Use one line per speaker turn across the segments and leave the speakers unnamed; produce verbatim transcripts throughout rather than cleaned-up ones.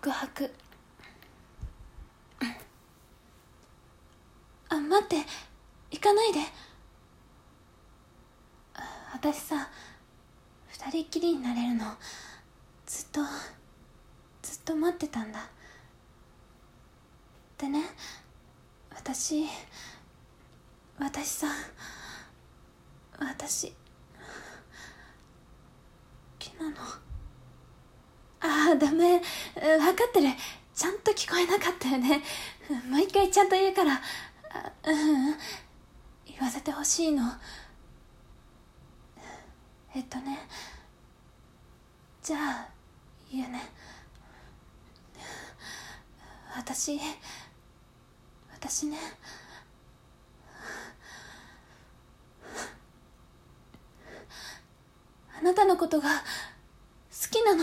告白。あ、待って、行かないで。私さ、二人っきりになれるのずっとずっと待ってたんだ。でね、私私さ私好きなの。ああ、ダメ、分かってる。ちゃんと聞こえなかったよね。もう一回ちゃんと言うから。あ、うん、言わせてほしいの。えっとね、じゃあ言うね。私私ね、あなたのことが好きなの。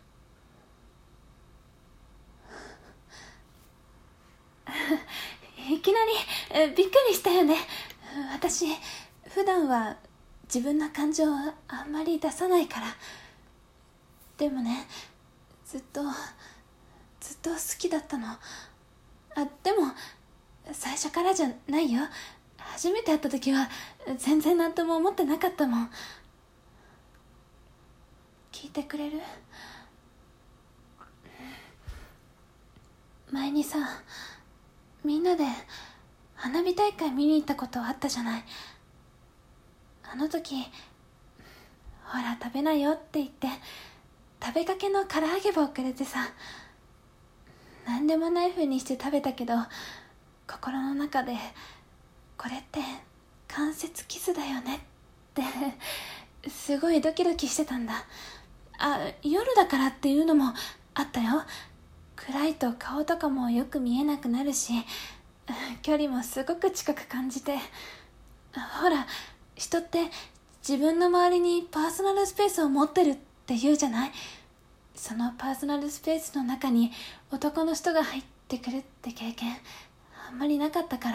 いきなりびっくりしたよね。私普段は自分の感情をあんまり出さないから。でもね、ずっとずっと好きだったの。あ、でも最初からじゃないよ。初めて会った時は全然何とも思ってなかったもん。聞いてくれる？前にさ、みんなで花火大会見に行ったことあったじゃない。あの時、ほら食べなよって言って食べかけの唐揚げ棒をくれてさ、何でもない風にして食べたけど、心の中でこれって間接キスだよねってすごいドキドキしてたんだ。あ、夜だからっていうのもあったよ。暗いと顔とかもよく見えなくなるし、距離もすごく近く感じて。ほら、人って自分の周りにパーソナルスペースを持ってるって言うじゃない。そのパーソナルスペースの中に男の人が入ってくるって経験あんまりなかったから。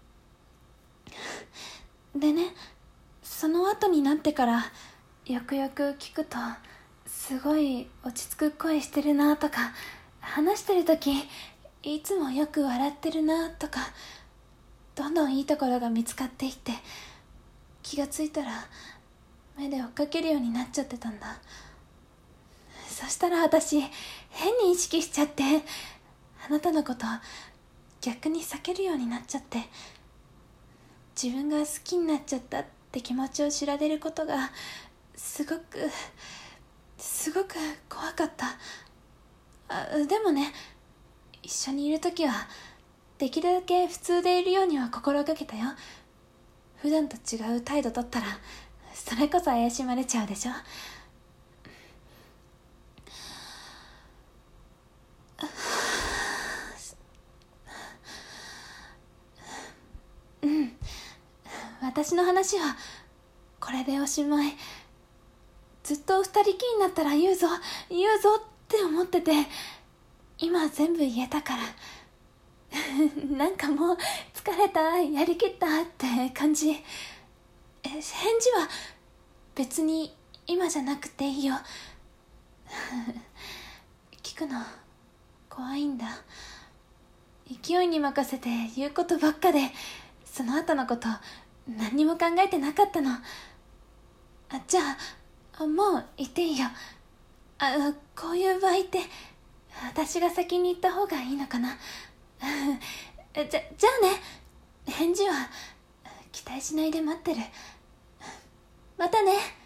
でね、その後になってからよくよく聞くと、すごい落ち着く声してるなとか、話してる時いつもよく笑ってるなとか、どんどんいいところが見つかっていって、気がついたら目で追っかけるようになっちゃってたんだ。そしたら私変に意識しちゃって、あなたのこと逆に避けるようになっちゃって、自分が好きになっちゃったって気持ちを知られることがすごくすごく怖かった。あ、でもね、一緒にいるときはできるだけ普通でいるようには心がけたよ。普段と違う態度取ったらそれこそ怪しまれちゃうでしょ。うん、私の話はこれでおしまい。ずっと二人きりになったら言うぞ言うぞって思ってて、今全部言えたからなんかもう疲れた、やりきったって感じ。え、返事は別に今じゃなくていいよ聞くの怖いんだ。勢いに任せて言うことばっかで、その後のこと何にも考えてなかったの。あ、じゃあもう言っていいよ。あ、こういう場合って私が先に言った方がいいのかなじゃ、じゃあね、返事は期待しないで待ってる。またね。